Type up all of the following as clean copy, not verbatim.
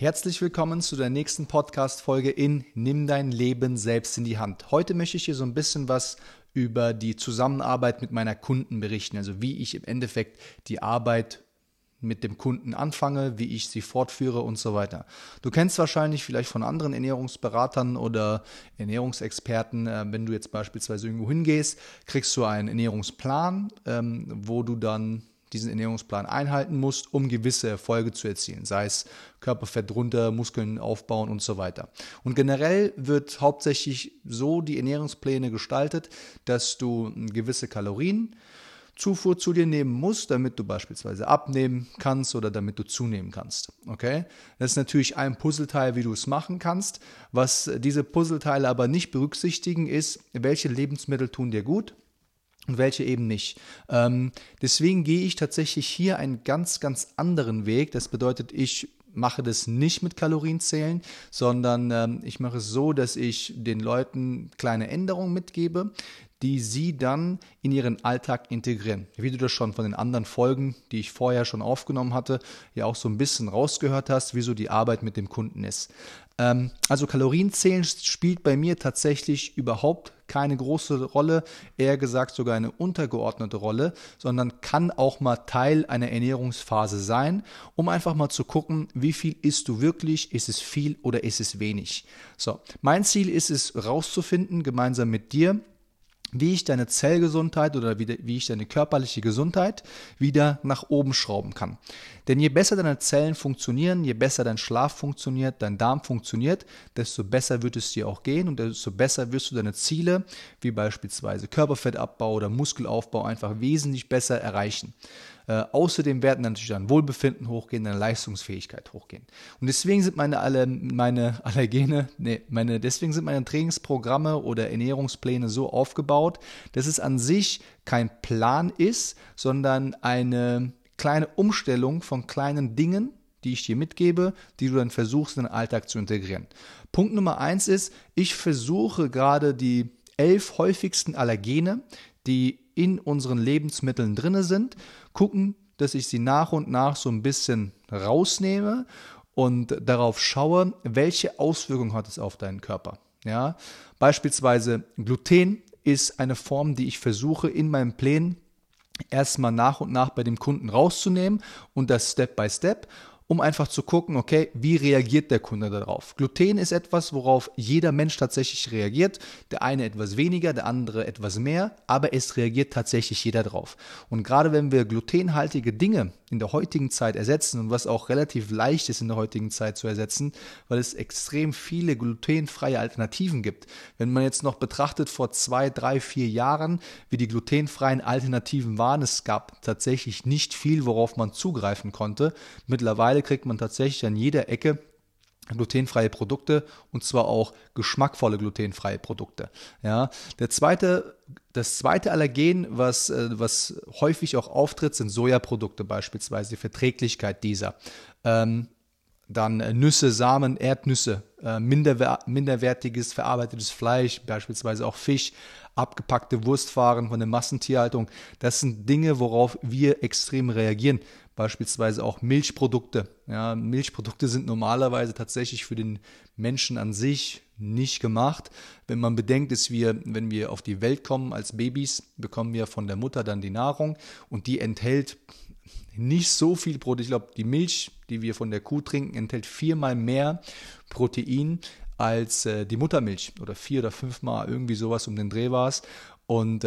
Herzlich willkommen zu der nächsten Podcast-Folge in Nimm dein Leben selbst in die Hand. Heute möchte ich hier so ein bisschen was über die Zusammenarbeit mit meiner Kunden berichten, also wie ich im Endeffekt die Arbeit mit dem Kunden anfange, wie ich sie fortführe und so weiter. Du kennst wahrscheinlich vielleicht von anderen Ernährungsberatern oder Ernährungsexperten, wenn du jetzt beispielsweise irgendwo hingehst, kriegst du einen Ernährungsplan, wo du dann diesen Ernährungsplan einhalten musst, um gewisse Erfolge zu erzielen, sei es Körperfett runter, Muskeln aufbauen und so weiter. Und generell wird hauptsächlich so die Ernährungspläne gestaltet, dass du eine gewisse Kalorienzufuhr zu dir nehmen musst, damit du beispielsweise abnehmen kannst oder damit du zunehmen kannst. Okay? Das ist natürlich ein Puzzleteil, wie du es machen kannst. Was diese Puzzleteile aber nicht berücksichtigen, ist, welche Lebensmittel tun dir gut und welche eben nicht. Deswegen gehe ich tatsächlich hier einen ganz, ganz anderen Weg. Das bedeutet, ich mache das nicht mit Kalorienzählen, sondern ich mache es so, dass ich den Leuten kleine Änderungen mitgebe, die sie dann in ihren Alltag integrieren. Wie du das schon von den anderen Folgen, die ich vorher schon aufgenommen hatte, ja auch so ein bisschen rausgehört hast, wie so die Arbeit mit dem Kunden ist. Also Kalorienzählen spielt bei mir tatsächlich überhaupt keine große Rolle, eher gesagt sogar eine untergeordnete Rolle, sondern kann auch mal Teil einer Ernährungsphase sein, um einfach mal zu gucken, wie viel isst du wirklich, ist es viel oder ist es wenig. So, mein Ziel ist es rauszufinden, gemeinsam mit dir, wie ich deine Zellgesundheit oder wie ich deine körperliche Gesundheit wieder nach oben schrauben kann. Denn je besser deine Zellen funktionieren, je besser dein Schlaf funktioniert, dein Darm funktioniert, desto besser wird es dir auch gehen und desto besser wirst du deine Ziele, wie beispielsweise Körperfettabbau oder Muskelaufbau, einfach wesentlich besser erreichen. Außerdem werden natürlich dein Wohlbefinden hochgehen, deine Leistungsfähigkeit hochgehen. Und deswegen sind deswegen sind meine Trainingsprogramme oder Ernährungspläne so aufgebaut, dass es an sich kein Plan ist, sondern eine kleine Umstellung von kleinen Dingen, die ich dir mitgebe, die du dann versuchst, in den Alltag zu integrieren. Punkt Nummer 1 ist, ich versuche gerade die 11 häufigsten Allergene, die in unseren Lebensmitteln drin sind, gucken, dass ich sie nach und nach so ein bisschen rausnehme und darauf schaue, welche Auswirkungen hat es auf deinen Körper. Ja? Beispielsweise Gluten ist eine Form, die ich versuche in meinen Plänen erstmal nach und nach bei dem Kunden rauszunehmen und das Step by Step, um einfach zu gucken, okay, wie reagiert der Kunde darauf? Gluten ist etwas, worauf jeder Mensch tatsächlich reagiert. Der eine etwas weniger, der andere etwas mehr, aber es reagiert tatsächlich jeder drauf. Und gerade wenn wir glutenhaltige Dinge in der heutigen Zeit ersetzen und was auch relativ leicht ist in der heutigen Zeit zu ersetzen, weil es extrem viele glutenfreie Alternativen gibt. Wenn man jetzt noch betrachtet vor 2, 3, 4 Jahren, wie die glutenfreien Alternativen waren, es gab tatsächlich nicht viel, worauf man zugreifen konnte. Mittlerweile kriegt man tatsächlich an jeder Ecke glutenfreie Produkte und zwar auch geschmackvolle glutenfreie Produkte. Ja, das zweite Allergen, was häufig auch auftritt, sind Sojaprodukte beispielsweise, die Verträglichkeit dieser. Dann Nüsse, Samen, Erdnüsse, minderwertiges verarbeitetes Fleisch, beispielsweise auch Fisch, abgepackte Wurstwaren von der Massentierhaltung. Das sind Dinge, worauf wir extrem reagieren. Beispielsweise auch Milchprodukte. Ja, Milchprodukte sind normalerweise tatsächlich für den Menschen an sich nicht gemacht. Wenn man bedenkt, wenn wir auf die Welt kommen als Babys, bekommen wir von der Mutter dann die Nahrung und die enthält nicht so viel Protein. Ich glaube, die Milch, die wir von der Kuh trinken, enthält 4-mal mehr Protein als die Muttermilch oder 4 oder 5-mal, irgendwie sowas um den Dreh war es. Und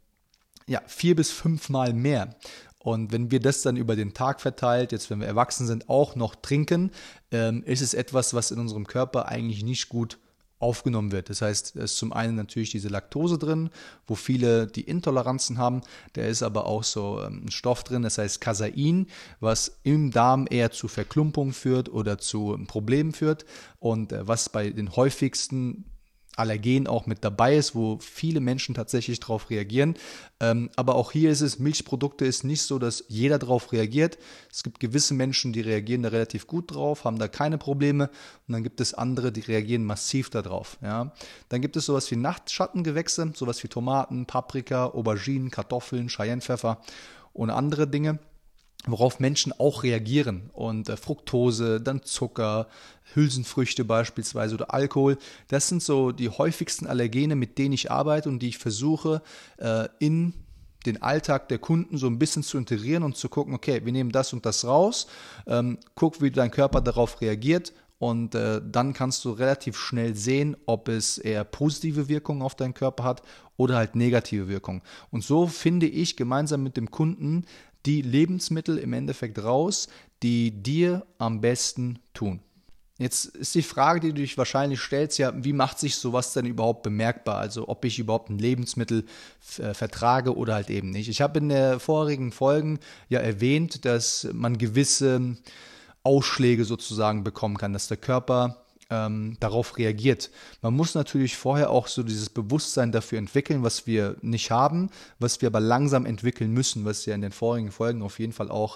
4 bis 5-mal mehr. Und wenn wir das dann über den Tag verteilt, jetzt wenn wir erwachsen sind, auch noch trinken, ist es etwas, was in unserem Körper eigentlich nicht gut aufgenommen wird. Das heißt, es ist zum einen natürlich diese Laktose drin, wo viele die Intoleranzen haben. Da ist aber auch so ein Stoff drin, das heißt Casein, was im Darm eher zu Verklumpung führt oder zu Problemen führt und was bei den häufigsten Allergen auch mit dabei ist, wo viele Menschen tatsächlich darauf reagieren. Aber auch hier ist es, Milchprodukte ist nicht so, dass jeder darauf reagiert. Es gibt gewisse Menschen, die reagieren da relativ gut drauf, haben da keine Probleme. Und dann gibt es andere, die reagieren massiv darauf. Ja. Dann gibt es sowas wie Nachtschattengewächse, sowas wie Tomaten, Paprika, Auberginen, Kartoffeln, Cayennepfeffer und andere Dinge. worauf Menschen auch reagieren. Und Fructose, dann Zucker, Hülsenfrüchte beispielsweise oder Alkohol, das sind so die häufigsten Allergene, mit denen ich arbeite und die ich versuche in den Alltag der Kunden so ein bisschen zu integrieren und zu gucken, okay, wir nehmen das und das raus, guck, wie dein Körper darauf reagiert und dann kannst du relativ schnell sehen, ob es eher positive Wirkungen auf deinen Körper hat oder halt negative Wirkungen. Und so finde ich gemeinsam mit dem Kunden die Lebensmittel im Endeffekt raus, die dir am besten tun. Jetzt ist die Frage, die du dich wahrscheinlich stellst, ja, wie macht sich sowas denn überhaupt bemerkbar? Also ob ich überhaupt ein Lebensmittel vertrage oder halt eben nicht. Ich habe in der vorigen Folgen ja erwähnt, dass man gewisse Ausschläge sozusagen bekommen kann, dass der Körper darauf reagiert. Man muss natürlich vorher auch so dieses Bewusstsein dafür entwickeln, was wir nicht haben, was wir aber langsam entwickeln müssen, was ja in den vorigen Folgen auf jeden Fall auch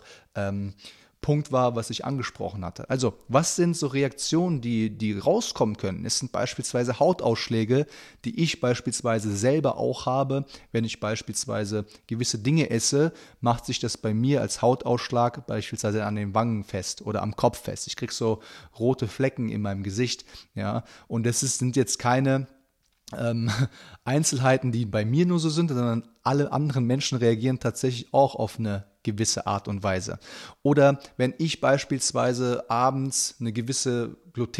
Punkt war, was ich angesprochen hatte. Also, was sind so Reaktionen, die rauskommen können? Es sind beispielsweise Hautausschläge, die ich beispielsweise selber auch habe. Wenn ich beispielsweise gewisse Dinge esse, macht sich das bei mir als Hautausschlag beispielsweise an den Wangen fest oder am Kopf fest. Ich kriege so rote Flecken in meinem Gesicht. Ja? Und sind jetzt keine Einzelheiten, die bei mir nur so sind, sondern alle anderen Menschen reagieren tatsächlich auch auf eine gewisse Art und Weise. Oder wenn ich beispielsweise abends eine gewisse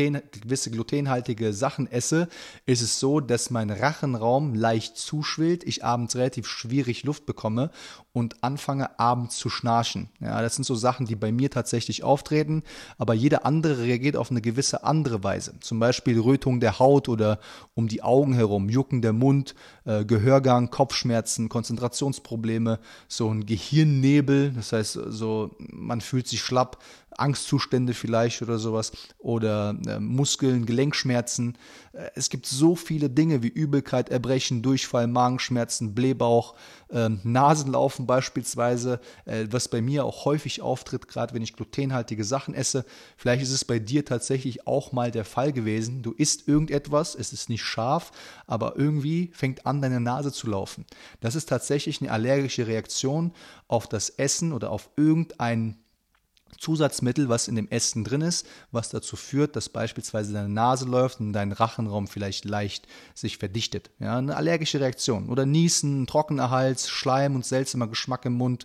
glutenhaltige Sachen esse, ist es so, dass mein Rachenraum leicht zuschwillt, ich abends relativ schwierig Luft bekomme und anfange abends zu schnarchen. Ja, das sind so Sachen, die bei mir tatsächlich auftreten, aber jeder andere reagiert auf eine gewisse andere Weise. Zum Beispiel Rötung der Haut oder um die Augen herum, Jucken der Mund, Gehörgang, Kopfschmerzen, Konzentrationsprobleme, so ein Gehirnnebel, das heißt, so man fühlt sich schlapp, Angstzustände vielleicht oder sowas oder Muskeln, Gelenkschmerzen. Es gibt so viele Dinge wie Übelkeit, Erbrechen, Durchfall, Magenschmerzen, Blähbauch, Nasenlaufen beispielsweise, was bei mir auch häufig auftritt, gerade wenn ich glutenhaltige Sachen esse. Vielleicht ist es bei dir tatsächlich auch mal der Fall gewesen. Du isst irgendetwas, es ist nicht scharf, aber irgendwie fängt an, deine Nase zu laufen. Das ist tatsächlich eine allergische Reaktion auf das Essen oder auf irgendein Zusatzmittel, was in dem Essen drin ist, was dazu führt, dass beispielsweise deine Nase läuft und dein Rachenraum vielleicht leicht sich verdichtet. Ja, eine allergische Reaktion. Oder Niesen, trockener Hals, Schleim und seltsamer Geschmack im Mund.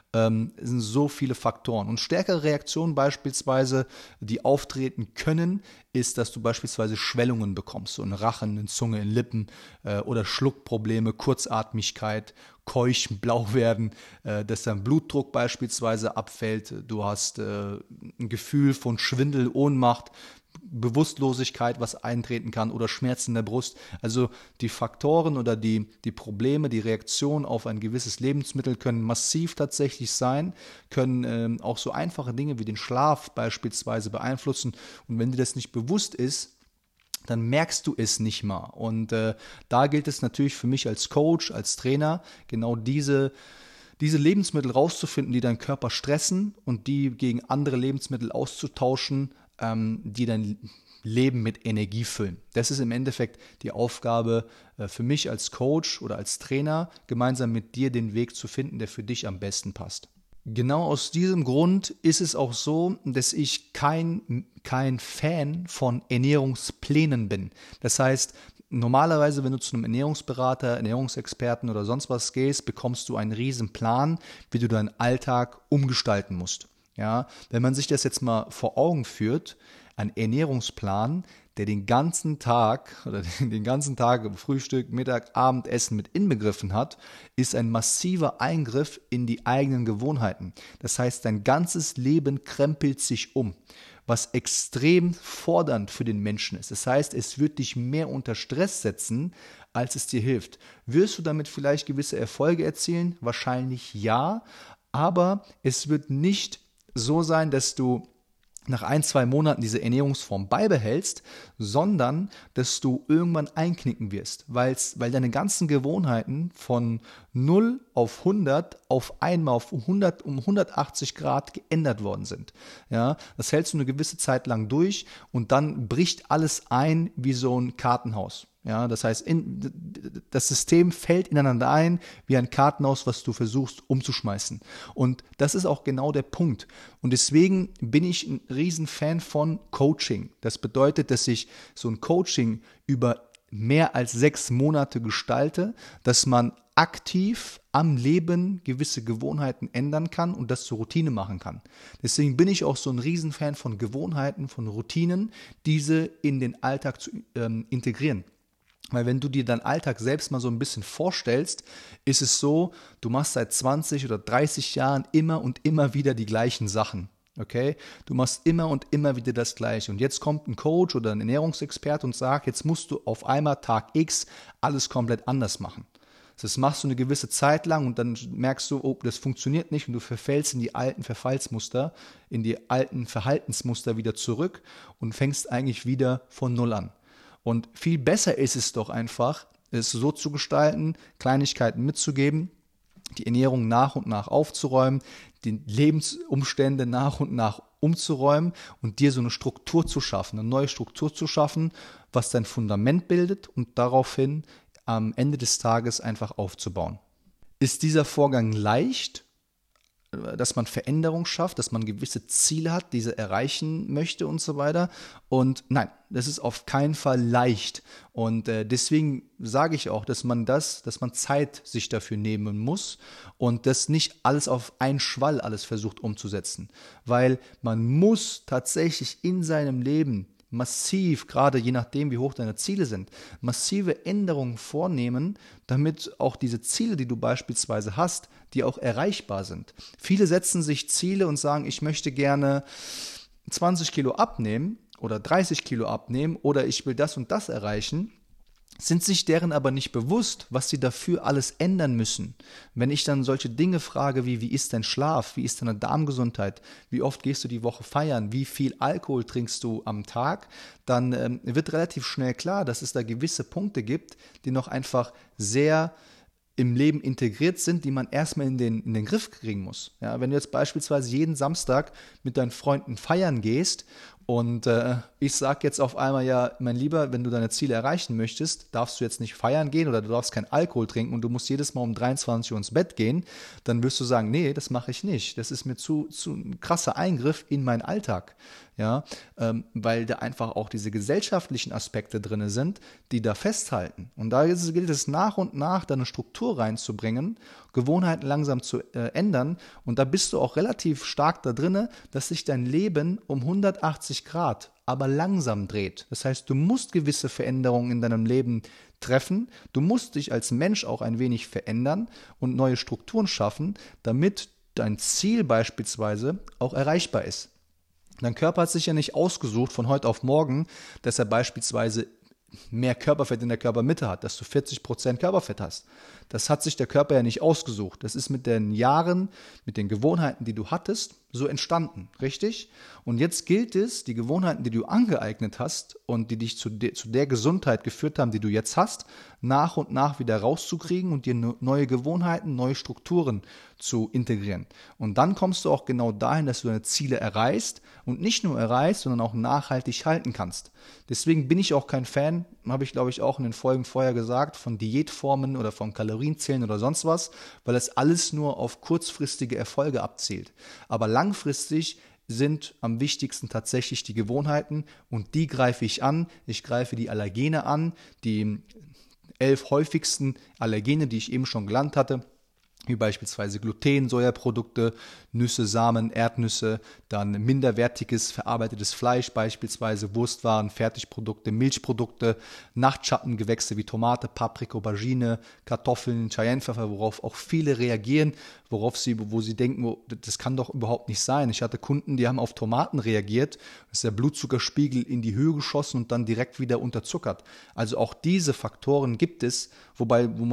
Sind so viele Faktoren. Und stärkere Reaktionen beispielsweise, die auftreten können, ist, dass du beispielsweise Schwellungen bekommst, so in Rachen, in Zunge, in Lippen oder Schluckprobleme, Kurzatmigkeit, keuch, blau werden, dass dein Blutdruck beispielsweise abfällt, du hast ein Gefühl von Schwindel, Ohnmacht, Bewusstlosigkeit, was eintreten kann oder Schmerzen in der Brust. Also die Faktoren oder die Probleme, die Reaktionen auf ein gewisses Lebensmittel können massiv tatsächlich sein, können auch so einfache Dinge wie den Schlaf beispielsweise beeinflussen. Und wenn dir das nicht bewusst ist, dann merkst du es nicht mal. Und da gilt es natürlich für mich als Coach, als Trainer, genau diese Lebensmittel rauszufinden, die deinen Körper stressen und die gegen andere Lebensmittel auszutauschen, die dein Leben mit Energie füllen. Das ist im Endeffekt die Aufgabe für mich als Coach oder als Trainer, gemeinsam mit dir den Weg zu finden, der für dich am besten passt. Genau aus diesem Grund ist es auch so, dass ich kein Fan von Ernährungsplänen bin. Das heißt, normalerweise, wenn du zu einem Ernährungsberater, Ernährungsexperten oder sonst was gehst, bekommst du einen riesen Plan, wie du deinen Alltag umgestalten musst. Ja, wenn man sich das jetzt mal vor Augen führt, ein Ernährungsplan, der den ganzen Tag oder den ganzen Tag Frühstück, Mittag, Abendessen mit inbegriffen hat, ist ein massiver Eingriff in die eigenen Gewohnheiten. Das heißt, dein ganzes Leben krempelt sich um, was extrem fordernd für den Menschen ist. Das heißt, es wird dich mehr unter Stress setzen, als es dir hilft. Wirst du damit vielleicht gewisse Erfolge erzielen? Wahrscheinlich ja, aber es wird nicht so sein, dass du nach 1-2 Monaten diese Ernährungsform beibehältst, sondern dass du irgendwann einknicken wirst, weil deine ganzen Gewohnheiten von 0 auf 100 auf einmal auf 100 um 180 Grad geändert worden sind. Ja, das hältst du eine gewisse Zeit lang durch und dann bricht alles ein wie so ein Kartenhaus. Ja, das heißt, das System fällt ineinander ein wie ein Kartenhaus, was du versuchst umzuschmeißen. Und das ist auch genau der Punkt. Und deswegen bin ich ein Riesenfan von Coaching. Das bedeutet, dass ich so ein Coaching über mehr als 6 Monate gestalte, dass man aktiv am Leben gewisse Gewohnheiten ändern kann und das zur Routine machen kann. Deswegen bin ich auch so ein Riesenfan von Gewohnheiten, von Routinen, diese in den Alltag zu integrieren. Weil wenn du dir deinen Alltag selbst mal so ein bisschen vorstellst, ist es so, du machst seit 20 oder 30 Jahren immer und immer wieder die gleichen Sachen. Okay? Du machst immer und immer wieder das Gleiche. Und jetzt kommt ein Coach oder ein Ernährungsexperte und sagt, jetzt musst du auf einmal Tag X alles komplett anders machen. Das machst du eine gewisse Zeit lang und dann merkst du, oh, das funktioniert nicht und du verfällst in die alten Verfallsmuster, in die alten Verhaltensmuster wieder zurück und fängst eigentlich wieder von Null an. Und viel besser ist es doch einfach, es so zu gestalten, Kleinigkeiten mitzugeben, die Ernährung nach und nach aufzuräumen, die Lebensumstände nach und nach umzuräumen und dir so eine Struktur zu schaffen, eine neue Struktur zu schaffen, was dein Fundament bildet und daraufhin am Ende des Tages einfach aufzubauen. Ist dieser Vorgang leicht, dass man Veränderung schafft, dass man gewisse Ziele hat, diese erreichen möchte und so weiter? Und nein, das ist auf keinen Fall leicht. Und deswegen sage ich auch, dass man Zeit sich dafür nehmen muss und das nicht alles auf einen Schwall alles versucht umzusetzen. Weil man muss tatsächlich in seinem Leben massiv, gerade je nachdem, wie hoch deine Ziele sind, massive Änderungen vornehmen, damit auch diese Ziele, die du beispielsweise hast, die auch erreichbar sind. Viele setzen sich Ziele und sagen, ich möchte gerne 20 Kilo abnehmen oder 30 Kilo abnehmen oder ich will das und das erreichen, sind sich deren aber nicht bewusst, was sie dafür alles ändern müssen. Wenn ich dann solche Dinge frage wie ist dein Schlaf, wie ist deine Darmgesundheit, wie oft gehst du die Woche feiern, wie viel Alkohol trinkst du am Tag, dann wird relativ schnell klar, dass es da gewisse Punkte gibt, die noch einfach sehr im Leben integriert sind, die man erstmal in den Griff kriegen muss. Ja, wenn du jetzt beispielsweise jeden Samstag mit deinen Freunden feiern gehst und ich sage jetzt auf einmal, ja, mein Lieber, wenn du deine Ziele erreichen möchtest, darfst du jetzt nicht feiern gehen oder du darfst keinen Alkohol trinken und du musst jedes Mal um 23 Uhr ins Bett gehen, dann wirst du sagen, nee, das mache ich nicht. Das ist mir zu ein krasser Eingriff in meinen Alltag. Ja, weil da einfach auch diese gesellschaftlichen Aspekte drin sind, die da festhalten. Und da gilt es nach und nach, da eine Struktur reinzubringen, Gewohnheiten langsam zu ändern. Und da bist du auch relativ stark da drin, dass sich dein Leben um 180 Grad, aber langsam dreht. Das heißt, du musst gewisse Veränderungen in deinem Leben treffen. Du musst dich als Mensch auch ein wenig verändern und neue Strukturen schaffen, damit dein Ziel beispielsweise auch erreichbar ist. Dein Körper hat sich ja nicht ausgesucht von heute auf morgen, dass er beispielsweise mehr Körperfett in der Körpermitte hat, dass du 40% Körperfett hast. Das hat sich der Körper ja nicht ausgesucht. Das ist mit den Jahren, mit den Gewohnheiten, die du hattest, so entstanden, richtig? Und jetzt gilt es, die Gewohnheiten, die du angeeignet hast und die dich zu der Gesundheit geführt haben, die du jetzt hast, nach und nach wieder rauszukriegen und dir neue Gewohnheiten, neue Strukturen zu integrieren. Und dann kommst du auch genau dahin, dass du deine Ziele erreichst und nicht nur erreichst, sondern auch nachhaltig halten kannst. Deswegen bin ich auch kein Fan, habe ich glaube ich auch in den Folgen vorher gesagt, von Diätformen oder von Kalorienzählen oder sonst was, weil das alles nur auf kurzfristige Erfolge abzielt. Aber langfristig sind am wichtigsten tatsächlich die Gewohnheiten und die greife ich an. Ich greife die Allergene an, die 11 häufigsten Allergene, die ich eben schon genannt hatte, wie beispielsweise Gluten, Sojaprodukte, Nüsse, Samen, Erdnüsse, dann minderwertiges verarbeitetes Fleisch, beispielsweise Wurstwaren, Fertigprodukte, Milchprodukte, Nachtschattengewächse wie Tomate, Paprika, Aubergine, Kartoffeln, Cayennepfeffer, worauf auch viele reagieren, wo sie denken, das kann doch überhaupt nicht sein. Ich hatte Kunden, die haben auf Tomaten reagiert, ist der Blutzuckerspiegel in die Höhe geschossen und dann direkt wieder unterzuckert. Also auch diese Faktoren gibt es, wo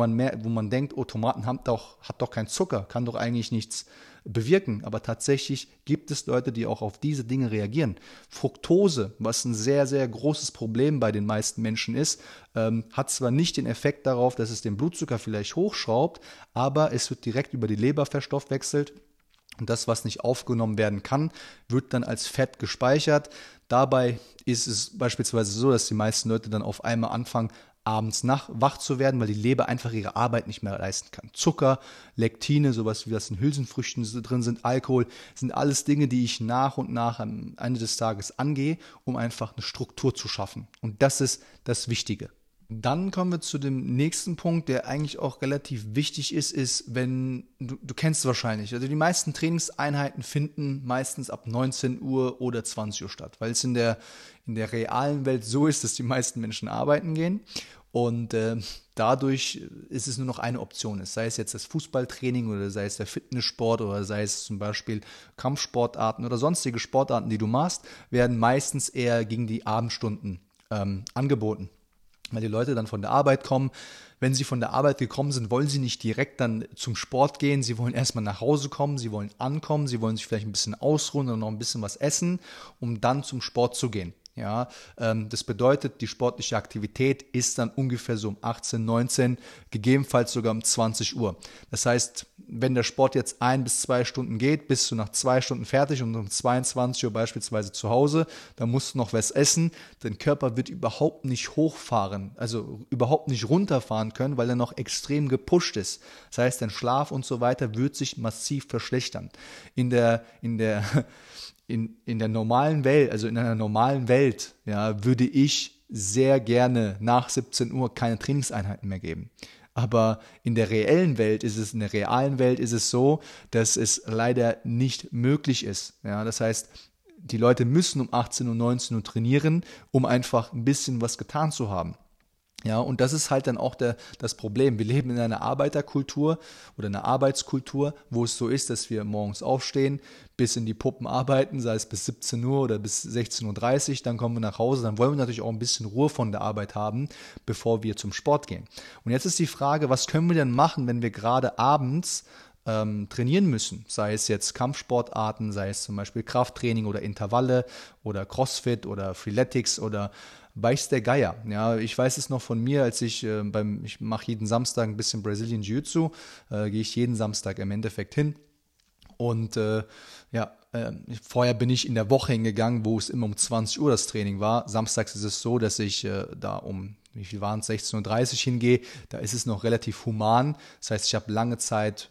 man denkt, oh, Tomaten hat doch keinen Zucker, kann doch eigentlich nichts bewirken. Aber tatsächlich gibt es Leute, die auch auf diese Dinge reagieren. Fructose, was ein sehr, sehr großes Problem bei den meisten Menschen ist, hat zwar nicht den Effekt darauf, dass es den Blutzucker vielleicht hochschraubt, aber es wird direkt über die Leber verstoffwechselt. Und das, was nicht aufgenommen werden kann, wird dann als Fett gespeichert. Dabei ist es beispielsweise so, dass die meisten Leute dann auf einmal anfangen, abends wach zu werden, weil die Leber einfach ihre Arbeit nicht mehr leisten kann. Zucker, Lektine, sowas wie das in Hülsenfrüchten drin sind, Alkohol, sind alles Dinge, die ich nach und nach am Ende des Tages angehe, um einfach eine Struktur zu schaffen. Und das ist das Wichtige. Dann kommen wir zu dem nächsten Punkt, der eigentlich auch relativ wichtig ist, wenn, du kennst es wahrscheinlich, also die meisten Trainingseinheiten finden meistens ab 19 Uhr oder 20 Uhr statt, weil es in der realen Welt so ist, dass die meisten Menschen arbeiten gehen und dadurch ist es nur noch eine Option, sei es jetzt das Fußballtraining oder sei es der Fitnesssport oder sei es zum Beispiel Kampfsportarten oder sonstige Sportarten, die du machst, werden meistens eher gegen die Abendstunden angeboten. Weil die Leute dann von der Arbeit kommen. Wenn sie von der Arbeit gekommen sind, wollen sie nicht direkt dann zum Sport gehen. Sie wollen erstmal nach Hause kommen, sie wollen ankommen, sie wollen sich vielleicht ein bisschen ausruhen und noch ein bisschen was essen, um dann zum Sport zu gehen. Ja, das bedeutet, die sportliche Aktivität ist dann ungefähr so um 18, 19, gegebenenfalls sogar um 20 Uhr. Das heißt, wenn der Sport jetzt 1 bis 2 Stunden geht, bist du nach 2 Stunden fertig und um 22 Uhr beispielsweise zu Hause, dann musst du noch was essen. Dein Körper wird überhaupt nicht hochfahren, also überhaupt nicht runterfahren können, weil er noch extrem gepusht ist. Das heißt, dein Schlaf und so weiter wird sich massiv verschlechtern. In der normalen Welt, also in einer normalen Welt, ja, würde ich sehr gerne nach 17 Uhr keine Trainingseinheiten mehr geben. Aber in der realen Welt ist es so, dass es leider nicht möglich ist. Ja, das heißt, die Leute müssen um 18 Uhr, 19 Uhr trainieren, um einfach ein bisschen was getan zu haben. Ja, und das ist halt dann auch das Problem. Wir leben in einer Arbeiterkultur oder einer Arbeitskultur, wo es so ist, dass wir morgens aufstehen, bis in die Puppen arbeiten, sei es bis 17 Uhr oder bis 16.30 Uhr, dann kommen wir nach Hause, dann wollen wir natürlich auch ein bisschen Ruhe von der Arbeit haben, bevor wir zum Sport gehen. Und jetzt ist die Frage, was können wir denn machen, wenn wir gerade abends trainieren müssen, sei es jetzt Kampfsportarten, sei es zum Beispiel Krafttraining oder Intervalle oder Crossfit oder Freeletics oder weiß der Geier. Ja, ich weiß es noch von mir, als ich mache jeden Samstag ein bisschen Brazilian Jiu-Jitsu, gehe ich jeden Samstag im Endeffekt hin. Und vorher bin ich in der Woche hingegangen, wo es immer um 20 Uhr das Training war. Samstags ist es so, dass ich da um, wie viel waren es, 16.30 Uhr hingehe. Da ist es noch relativ human. Das heißt, ich habe lange Zeit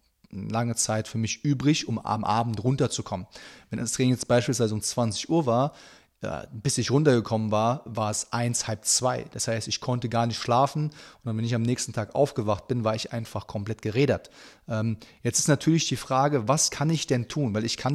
für mich übrig, um am Abend runterzukommen. Wenn das Training jetzt beispielsweise um 20 Uhr war, bis ich runtergekommen war, war es 1, halb 2. Das heißt, ich konnte gar nicht schlafen und dann, wenn ich am nächsten Tag aufgewacht bin, war ich einfach komplett gerädert. Jetzt ist natürlich die Frage, was kann ich denn tun? Weil ich kann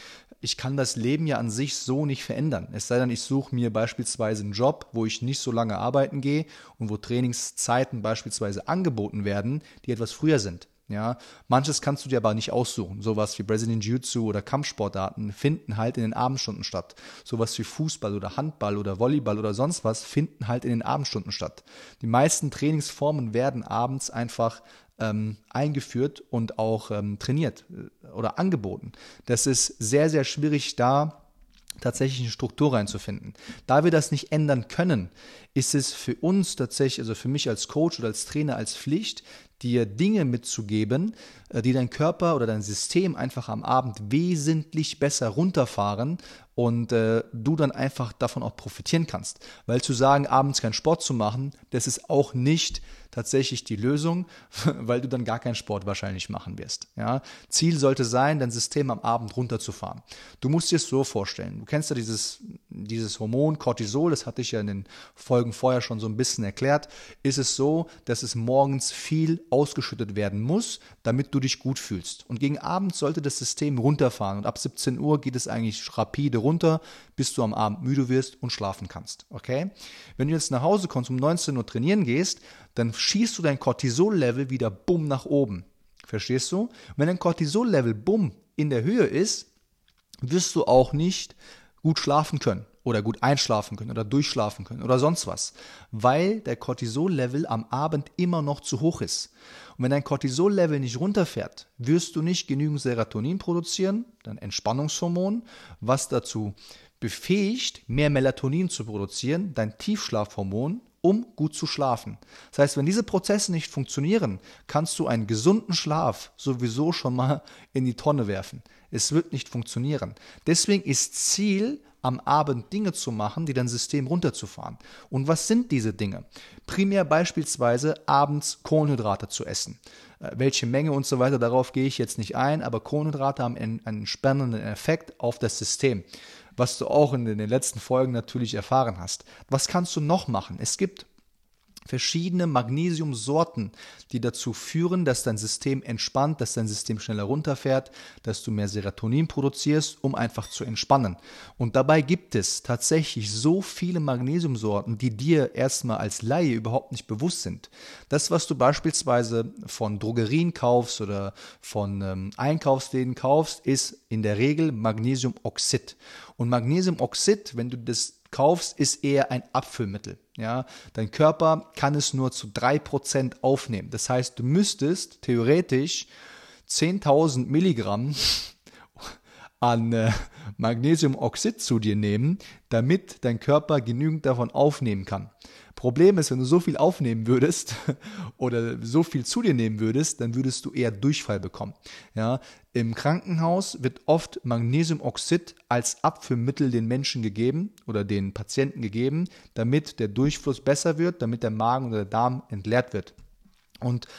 das Leben ja an sich so nicht verändern. Es sei denn, ich suche mir beispielsweise einen Job, wo ich nicht so lange arbeiten gehe und wo Trainingszeiten beispielsweise angeboten werden, die etwas früher sind. Ja, manches kannst du dir aber nicht aussuchen. Sowas wie Brazilian Jiu-Jitsu oder Kampfsportarten finden halt in den Abendstunden statt. Sowas wie Fußball oder Handball oder Volleyball oder sonst was finden halt in den Abendstunden statt. Die meisten Trainingsformen werden abends einfach eingeführt und auch trainiert oder angeboten. Das ist sehr, sehr schwierig, da tatsächlich eine Struktur reinzufinden. Da wir das nicht ändern können, ist es für uns tatsächlich, also für mich als Coach oder als Trainer, als Pflicht, dir Dinge mitzugeben, die dein Körper oder dein System einfach am Abend wesentlich besser runterfahren und du dann einfach davon auch profitieren kannst. Weil zu sagen, abends keinen Sport zu machen, das ist auch nicht tatsächlich die Lösung, weil du dann gar keinen Sport wahrscheinlich machen wirst. Ja? Ziel sollte sein, dein System am Abend runterzufahren. Du musst dir es so vorstellen. Du kennst ja dieses Hormon Cortisol, das hatte ich ja in den Folgen vorher schon so ein bisschen erklärt. Ist es so, dass es morgens viel ausgeschüttet werden muss, damit du dich gut fühlst. Und gegen Abend sollte das System runterfahren und ab 17 Uhr geht es eigentlich rapide runter, bis du am Abend müde wirst und schlafen kannst. Okay? Wenn du jetzt nach Hause kommst, um 19 Uhr trainieren gehst, dann schießt du dein Cortisol-Level wieder bumm nach oben. Verstehst du? Und wenn dein Cortisol-Level bumm in der Höhe ist, wirst du auch nicht gut schlafen können oder gut einschlafen können oder durchschlafen können oder sonst was, weil der Cortisol-Level am Abend immer noch zu hoch ist. Und wenn dein Cortisol-Level nicht runterfährt, wirst du nicht genügend Serotonin produzieren, dein Entspannungshormon, was dazu befähigt, mehr Melatonin zu produzieren, dein Tiefschlafhormon, um gut zu schlafen. Das heißt, wenn diese Prozesse nicht funktionieren, kannst du einen gesunden Schlaf sowieso schon mal in die Tonne werfen. Es wird nicht funktionieren. Deswegen ist Ziel, am Abend Dinge zu machen, die dein System runterzufahren. Und was sind diese Dinge? Primär beispielsweise abends Kohlenhydrate zu essen. Welche Menge und so weiter, darauf gehe ich jetzt nicht ein, aber Kohlenhydrate haben einen spannenden Effekt auf das System, was du auch in den letzten Folgen natürlich erfahren hast. Was kannst du noch machen? Es gibt verschiedene Magnesiumsorten, die dazu führen, dass dein System entspannt, dass dein System schneller runterfährt, dass du mehr Serotonin produzierst, um einfach zu entspannen. Und dabei gibt es tatsächlich so viele Magnesiumsorten, die dir erstmal als Laie überhaupt nicht bewusst sind. Das, was du beispielsweise von Drogerien kaufst oder von Einkaufsläden kaufst, ist in der Regel Magnesiumoxid. Und Magnesiumoxid, wenn du das kaufst, ist eher ein Abfüllmittel. Ja? Dein Körper kann es nur zu 3% aufnehmen. Das heißt, du müsstest theoretisch 10.000 Milligramm an Magnesiumoxid zu dir nehmen, damit dein Körper genügend davon aufnehmen kann. Problem ist, wenn du so viel aufnehmen würdest oder so viel zu dir nehmen würdest, dann würdest du eher Durchfall bekommen. Ja, im Krankenhaus wird oft Magnesiumoxid als Abführmittel den Menschen gegeben oder den Patienten gegeben, damit der Durchfluss besser wird, damit der Magen oder der Darm entleert wird. Und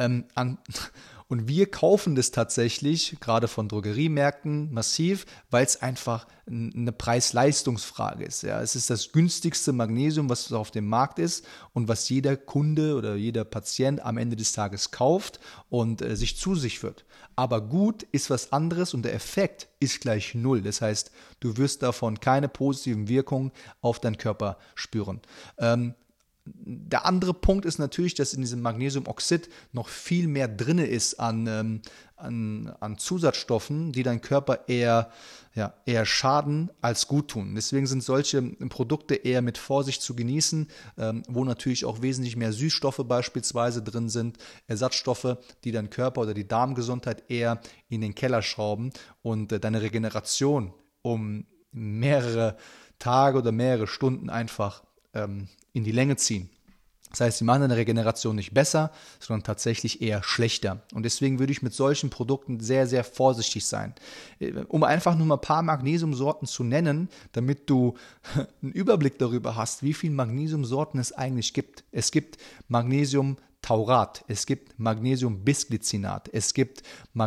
wir kaufen das tatsächlich, gerade von Drogeriemärkten, massiv, weil es einfach eine Preis-Leistungs-Frage ist. Ja. Es ist das günstigste Magnesium, was auf dem Markt ist und was jeder Kunde oder jeder Patient am Ende des Tages kauft und sich zu sich führt. Aber gut ist was anderes und der Effekt ist gleich null. Das heißt, du wirst davon keine positiven Wirkungen auf deinen Körper spüren. Der andere Punkt ist natürlich, dass in diesem Magnesiumoxid noch viel mehr drin ist an Zusatzstoffen, die dein Körper eher schaden als gut tun. Deswegen sind solche Produkte eher mit Vorsicht zu genießen, wo natürlich auch wesentlich mehr Süßstoffe beispielsweise drin sind, Ersatzstoffe, die dein Körper oder die Darmgesundheit eher in den Keller schrauben und deine Regeneration um mehrere Tage oder mehrere Stunden einfach in die Länge ziehen. Das heißt, sie machen deine Regeneration nicht besser, sondern tatsächlich eher schlechter. Und deswegen würde ich mit solchen Produkten sehr, sehr vorsichtig sein. Um einfach nur mal ein paar Magnesiumsorten zu nennen, damit du einen Überblick darüber hast, wie viele Magnesiumsorten es eigentlich gibt. Es gibt Magnesiumtaurat, es gibt Magnesiumbisglycinat, es gibt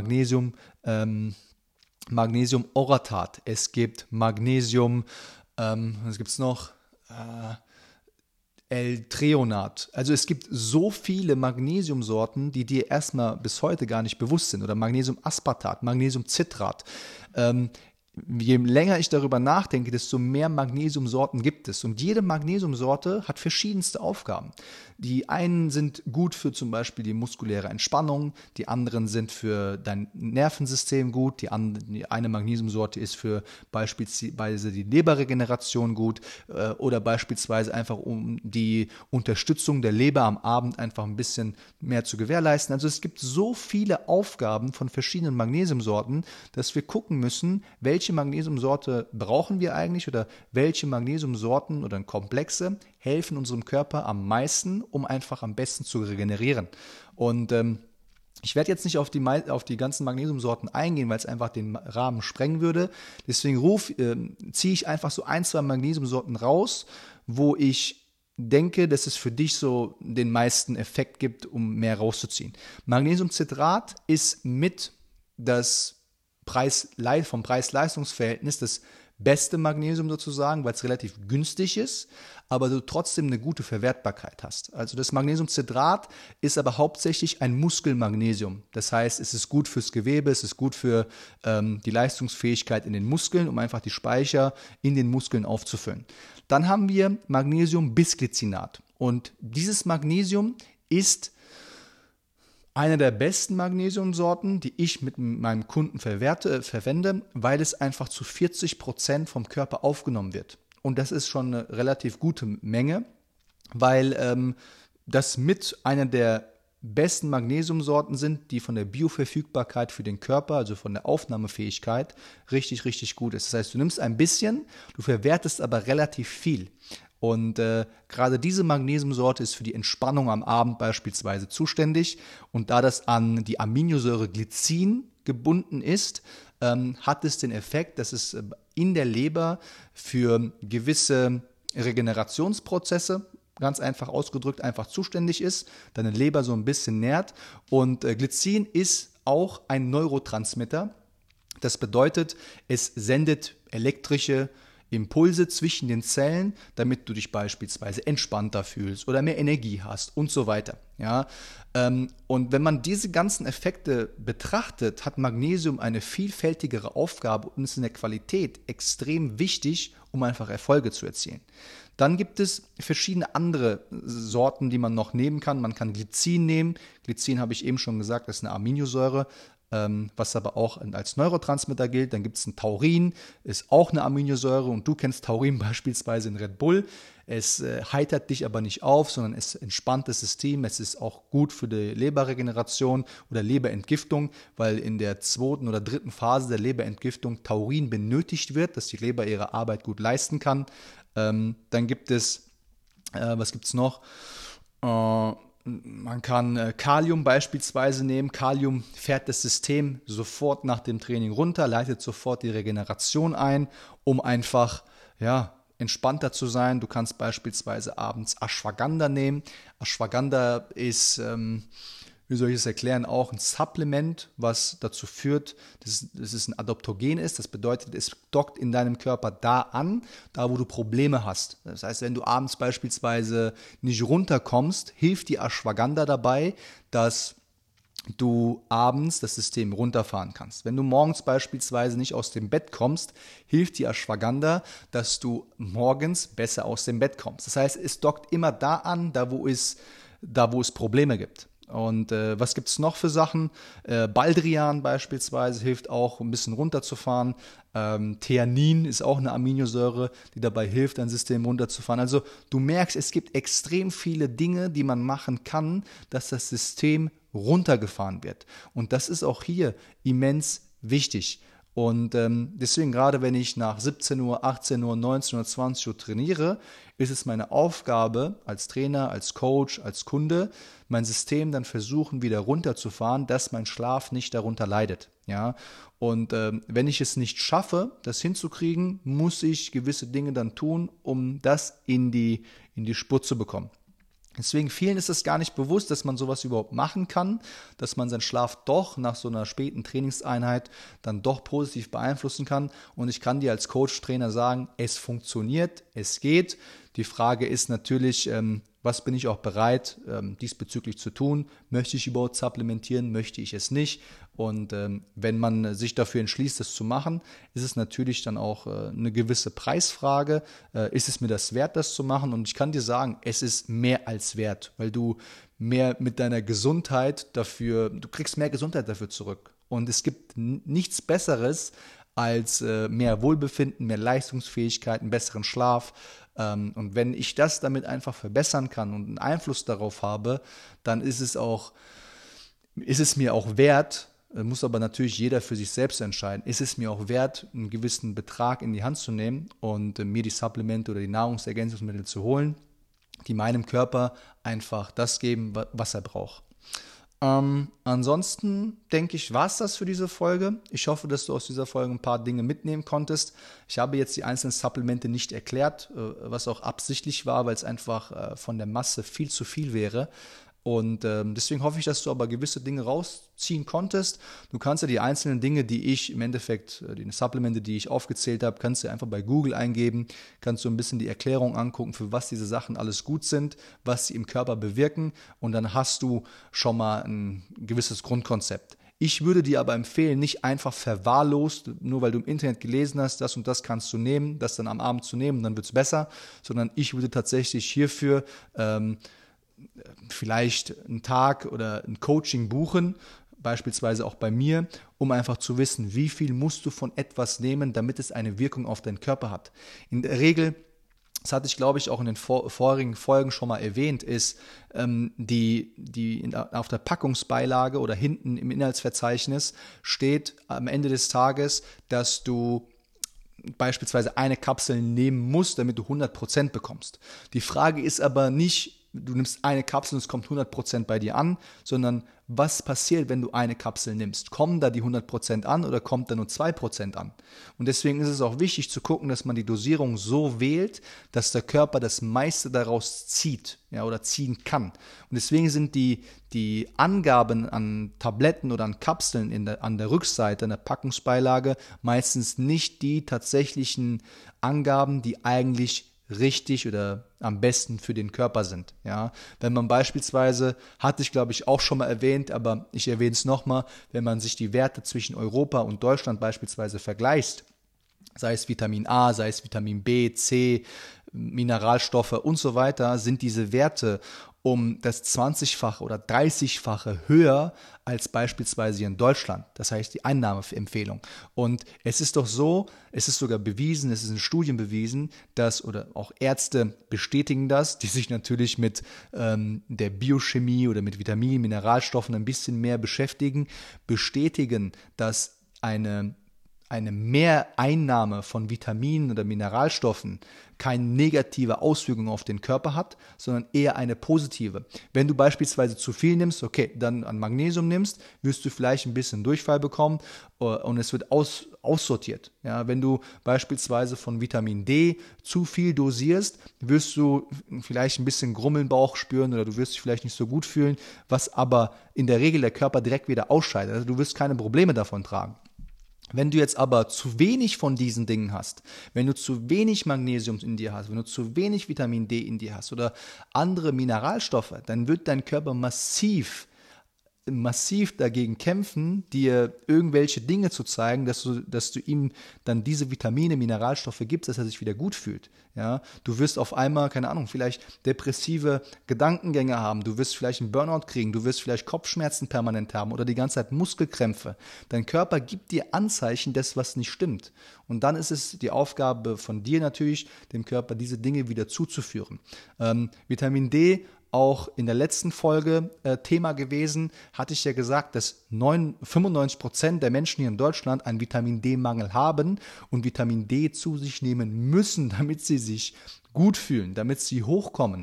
Magnesiumoratat, es gibt Magnesium, was gibt es noch? L-Treonat. Also es gibt so viele Magnesiumsorten, die dir erstmal bis heute gar nicht bewusst sind. Oder Magnesiumaspartat, Magnesiumcitrat. Je länger ich darüber nachdenke, desto mehr Magnesiumsorten gibt es. Und jede Magnesiumsorte hat verschiedenste Aufgaben. Die einen sind gut für zum Beispiel die muskuläre Entspannung, die anderen sind für dein Nervensystem gut, die eine Magnesiumsorte ist für beispielsweise die Leberregeneration gut oder beispielsweise einfach um die Unterstützung der Leber am Abend einfach ein bisschen mehr zu gewährleisten. Also es gibt so viele Aufgaben von verschiedenen Magnesiumsorten, dass wir gucken müssen, welche Magnesiumsorte brauchen wir eigentlich oder welche Magnesiumsorten oder Komplexe helfen unserem Körper am meisten, um einfach am besten zu regenerieren. Und ich werde jetzt nicht auf die ganzen Magnesiumsorten eingehen, weil es einfach den Rahmen sprengen würde. Deswegen ziehe ich einfach so 1-2 Magnesiumsorten raus, wo ich denke, dass es für dich so den meisten Effekt gibt, um mehr rauszuziehen. Magnesiumcitrat ist mit das vom Preis-Leistungs-Verhältnis das beste Magnesium sozusagen, weil es relativ günstig ist, aber du trotzdem eine gute Verwertbarkeit hast. Also das Magnesiumcitrat ist aber hauptsächlich ein Muskelmagnesium. Das heißt, es ist gut fürs Gewebe, es ist gut für die Leistungsfähigkeit in den Muskeln, um einfach die Speicher in den Muskeln aufzufüllen. Dann haben wir Magnesiumbisglycinat und dieses Magnesium ist eine der besten Magnesiumsorten, die ich mit meinem Kunden verwende, weil es einfach zu 40% vom Körper aufgenommen wird. Und das ist schon eine relativ gute Menge, weil das mit einer der besten Magnesiumsorten sind, die von der Bioverfügbarkeit für den Körper, also von der Aufnahmefähigkeit, richtig, richtig gut ist. Das heißt, du nimmst ein bisschen, du verwertest aber relativ viel. Und gerade diese Magnesiumsorte ist für die Entspannung am Abend beispielsweise zuständig. Und da das an die Aminosäure Glycin gebunden ist, hat es den Effekt, dass es in der Leber für gewisse Regenerationsprozesse, ganz einfach ausgedrückt, einfach zuständig ist, deine Leber so ein bisschen nährt. Und Glycin ist auch ein Neurotransmitter. Das bedeutet, es sendet elektrische Impulse zwischen den Zellen, damit du dich beispielsweise entspannter fühlst oder mehr Energie hast und so weiter. Ja? Und wenn man diese ganzen Effekte betrachtet, hat Magnesium eine vielfältigere Aufgabe und ist in der Qualität extrem wichtig, um einfach Erfolge zu erzielen. Dann gibt es verschiedene andere Sorten, die man noch nehmen kann. Man kann Glycin nehmen. Glycin habe ich eben schon gesagt, das ist eine Aminosäure, was aber auch als Neurotransmitter gilt. Dann gibt es ein Taurin, ist auch eine Aminosäure und du kennst Taurin beispielsweise in Red Bull. Es heitert dich aber nicht auf, sondern es entspannt das System. Es ist auch gut für die Leberregeneration oder Leberentgiftung, weil in der 2. oder 3. Phase der Leberentgiftung Taurin benötigt wird, dass die Leber ihre Arbeit gut leisten kann. Dann gibt es, was gibt es noch? Man kann Kalium beispielsweise nehmen. Kalium fährt das System sofort nach dem Training runter, leitet sofort die Regeneration ein, um einfach entspannter zu sein. Du kannst beispielsweise abends Ashwagandha nehmen. Ashwagandha ist, wie soll ich es erklären, auch ein Supplement, was dazu führt, dass es ein Adaptogen ist. Das bedeutet, es dockt in deinem Körper da an, da wo du Probleme hast. Das heißt, wenn du abends beispielsweise nicht runterkommst, hilft die Ashwagandha dabei, dass du abends das System runterfahren kannst. Wenn du morgens beispielsweise nicht aus dem Bett kommst, hilft die Ashwagandha, dass du morgens besser aus dem Bett kommst. Das heißt, es dockt immer da an, da wo es Probleme gibt. Und was gibt es noch für Sachen? Baldrian beispielsweise hilft auch, ein bisschen runterzufahren. Theanin ist auch eine Aminosäure, die dabei hilft, dein System runterzufahren. Also du merkst, es gibt extrem viele Dinge, die man machen kann, dass das System runtergefahren wird. Und das ist auch hier immens wichtig. Und deswegen, gerade wenn ich nach 17 Uhr, 18 Uhr, 19 Uhr, 20 Uhr trainiere, ist es meine Aufgabe als Trainer, als Coach, als Kunde, mein System dann versuchen, wieder runterzufahren, dass mein Schlaf nicht darunter leidet. Ja? Und wenn ich es nicht schaffe, das hinzukriegen, muss ich gewisse Dinge dann tun, um das in die Spur zu bekommen. Deswegen vielen ist es gar nicht bewusst, dass man sowas überhaupt machen kann, dass man seinen Schlaf doch nach so einer späten Trainingseinheit dann doch positiv beeinflussen kann. Und ich kann dir als Coach, Trainer sagen, es funktioniert, es geht. Die Frage ist natürlich, was bin ich auch bereit, diesbezüglich zu tun? Möchte ich überhaupt supplementieren? Möchte ich es nicht? Und wenn man sich dafür entschließt, das zu machen, ist es natürlich dann auch eine gewisse Preisfrage. Ist es mir das wert, das zu machen? Und ich kann dir sagen, es ist mehr als wert, weil du mehr mit deiner Gesundheit du kriegst mehr Gesundheit dafür zurück. Und es gibt nichts Besseres als mehr Wohlbefinden, mehr Leistungsfähigkeit, einen besseren Schlaf. Und wenn ich das damit einfach verbessern kann und einen Einfluss darauf habe, dann ist es mir auch wert, muss aber natürlich jeder für sich selbst entscheiden, ist es mir auch wert, einen gewissen Betrag in die Hand zu nehmen und mir die Supplemente oder die Nahrungsergänzungsmittel zu holen, die meinem Körper einfach das geben, was er braucht. Ansonsten denke ich, war es das für diese Folge. Ich hoffe, dass du aus dieser Folge ein paar Dinge mitnehmen konntest. Ich habe jetzt die einzelnen Supplemente nicht erklärt, was auch absichtlich war, weil es einfach von der Masse viel zu viel wäre. Und deswegen hoffe ich, dass du aber gewisse Dinge rausziehen konntest. Du kannst ja die einzelnen Dinge, die ich im Endeffekt, die Supplemente, die ich aufgezählt habe, kannst du einfach bei Google eingeben, kannst du ein bisschen die Erklärung angucken, für was diese Sachen alles gut sind, was sie im Körper bewirken und dann hast du schon mal ein gewisses Grundkonzept. Ich würde dir aber empfehlen, nicht einfach verwahrlost, nur weil du im Internet gelesen hast, das und das kannst du nehmen, das dann am Abend zu nehmen, dann wird es besser, sondern ich würde tatsächlich hierfür vielleicht einen Tag oder ein Coaching buchen, beispielsweise auch bei mir, um einfach zu wissen, wie viel musst du von etwas nehmen, damit es eine Wirkung auf deinen Körper hat. In der Regel, das hatte ich glaube ich auch in den vorigen Folgen schon mal erwähnt, ist auf der Packungsbeilage oder hinten im Inhaltsverzeichnis steht am Ende des Tages, dass du beispielsweise eine Kapsel nehmen musst, damit du 100% bekommst. Die Frage ist aber nicht, du nimmst eine Kapsel und es kommt 100% bei dir an, sondern was passiert, wenn du eine Kapsel nimmst? Kommen da die 100% an oder kommt da nur 2% an? Und deswegen ist es auch wichtig zu gucken, dass man die Dosierung so wählt, dass der Körper das meiste daraus zieht, ja, oder ziehen kann. Und deswegen sind die Angaben an Tabletten oder an Kapseln an der Rückseite, an der Packungsbeilage, meistens nicht die tatsächlichen Angaben, die eigentlich richtig oder am besten für den Körper sind. Ja, wenn man beispielsweise, hatte ich glaube ich auch schon mal erwähnt, aber ich erwähne es nochmal, wenn man sich die Werte zwischen Europa und Deutschland beispielsweise vergleicht, sei es Vitamin A, sei es Vitamin B, C, Mineralstoffe und so weiter, sind diese Werte um das 20-fache oder 30-fache höher als beispielsweise hier in Deutschland. Das heißt die Einnahmeempfehlung. Und es ist doch so, es ist sogar bewiesen, es ist in Studien bewiesen, dass, oder auch Ärzte bestätigen das, die sich natürlich mit der Biochemie oder mit Vitaminen, Mineralstoffen ein bisschen mehr beschäftigen, bestätigen, dass eine Mehreinnahme von Vitaminen oder Mineralstoffen keine negative Auswirkung auf den Körper hat, sondern eher eine positive. Wenn du beispielsweise zu viel nimmst, okay, dann an Magnesium nimmst, wirst du vielleicht ein bisschen Durchfall bekommen und es wird aussortiert. Ja, wenn du beispielsweise von Vitamin D zu viel dosierst, wirst du vielleicht ein bisschen Grummeln im Bauch spüren oder du wirst dich vielleicht nicht so gut fühlen, was aber in der Regel der Körper direkt wieder ausscheidet. Also du wirst keine Probleme davon tragen. Wenn du jetzt aber zu wenig von diesen Dingen hast, wenn du zu wenig Magnesium in dir hast, wenn du zu wenig Vitamin D in dir hast oder andere Mineralstoffe, dann wird dein Körper massiv dagegen kämpfen, dir irgendwelche Dinge zu zeigen, dass du ihm dann diese Vitamine, Mineralstoffe gibst, dass er sich wieder gut fühlt. Ja? Du wirst auf einmal, keine Ahnung, vielleicht depressive Gedankengänge haben, du wirst vielleicht einen Burnout kriegen, du wirst vielleicht Kopfschmerzen permanent haben oder die ganze Zeit Muskelkrämpfe. Dein Körper gibt dir Anzeichen des, was nicht stimmt. Und dann ist es die Aufgabe von dir natürlich, dem Körper diese Dinge wieder zuzuführen. Vitamin D, auch in der letzten Folge Thema gewesen, hatte ich ja gesagt, dass 95% der Menschen hier in Deutschland einen Vitamin-D-Mangel haben und Vitamin D zu sich nehmen müssen, damit sie sich gut fühlen, damit sie hochkommen.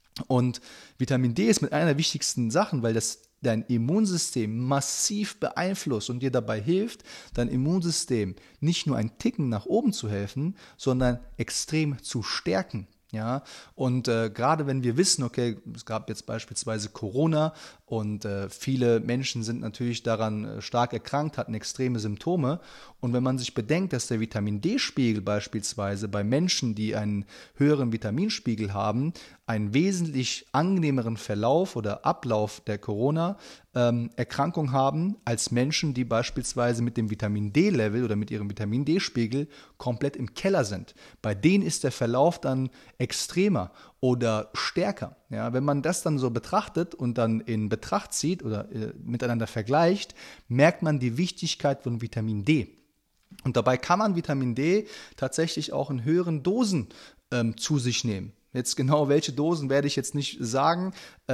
Und Vitamin D ist mit einer der wichtigsten Sachen, weil das dein Immunsystem massiv beeinflusst und dir dabei hilft, dein Immunsystem nicht nur ein Ticken nach oben zu helfen, sondern extrem zu stärken. Ja, und gerade wenn wir wissen, okay, es gab jetzt beispielsweise Corona und viele Menschen sind natürlich daran stark erkrankt, hatten extreme Symptome. Und wenn man sich bedenkt, dass der Vitamin-D-Spiegel beispielsweise bei Menschen, die einen höheren Vitaminspiegel haben, einen wesentlich angenehmeren Verlauf oder Ablauf der Corona-Erkrankung haben, als Menschen, die beispielsweise mit dem Vitamin-D-Level oder mit ihrem Vitamin-D-Spiegel komplett im Keller sind. Bei denen ist der Verlauf dann extremer oder stärker. Ja, wenn man das dann so betrachtet und dann in Betracht zieht oder miteinander vergleicht, merkt man die Wichtigkeit von Vitamin D. Und dabei kann man Vitamin D tatsächlich auch in höheren Dosen zu sich nehmen. Jetzt genau welche Dosen werde ich jetzt nicht sagen,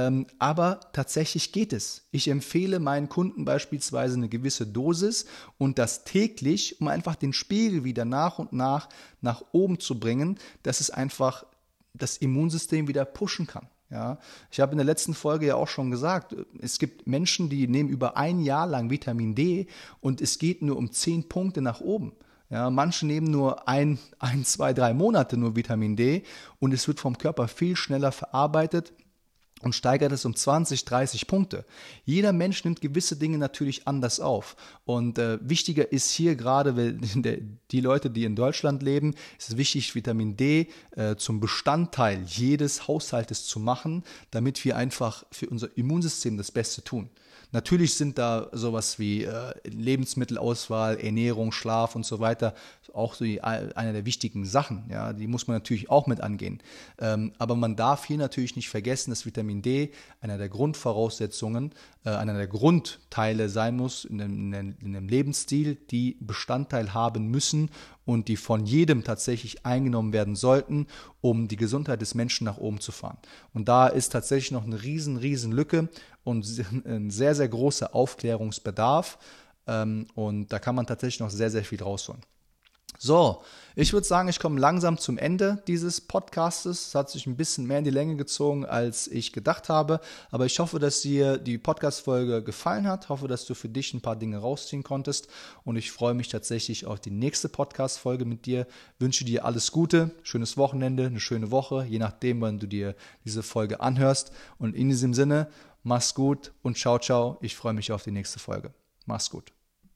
aber tatsächlich geht es. Ich empfehle meinen Kunden beispielsweise eine gewisse Dosis und das täglich, um einfach den Spiegel wieder nach und nach oben zu bringen, dass es einfach das Immunsystem wieder pushen kann. Ja, ich habe in der letzten Folge ja auch schon gesagt, es gibt Menschen, die nehmen über ein Jahr lang Vitamin D und es geht nur um 10 Punkte nach oben. Ja, manche nehmen nur 1, 2, 3 Monate nur Vitamin D und es wird vom Körper viel schneller verarbeitet und steigert es um 20, 30 Punkte. Jeder Mensch nimmt gewisse Dinge natürlich anders auf. Und wichtiger ist hier gerade, die Leute, die in Deutschland leben, ist es wichtig, Vitamin D zum Bestandteil jedes Haushaltes zu machen, damit wir einfach für unser Immunsystem das Beste tun. Natürlich sind da sowas wie Lebensmittelauswahl, Ernährung, Schlaf und so weiter auch so eine der wichtigen Sachen. Ja, die muss man natürlich auch mit angehen. Aber man darf hier natürlich nicht vergessen, dass Vitamin D einer der Grundvoraussetzungen, einer der Grundteile sein muss in einem Lebensstil, die Bestandteil haben müssen und die von jedem tatsächlich eingenommen werden sollten, um die Gesundheit des Menschen nach oben zu fahren. Und da ist tatsächlich noch eine riesen Lücke und ein sehr, sehr großer Aufklärungsbedarf. Und da kann man tatsächlich noch sehr, sehr viel rausholen. So, Ich würde sagen, ich komme langsam zum Ende dieses Podcastes. Es hat sich ein bisschen mehr in die Länge gezogen, als ich gedacht habe. Aber ich hoffe, dass dir die Podcast-Folge gefallen hat. Ich hoffe, dass du für dich ein paar Dinge rausziehen konntest. Und ich freue mich tatsächlich auf die nächste Podcast-Folge mit dir. Wünsche dir alles Gute, schönes Wochenende, eine schöne Woche, je nachdem, wann du dir diese Folge anhörst. Und in diesem Sinne, mach's gut und ciao, ciao. Ich freue mich auf die nächste Folge. Mach's gut.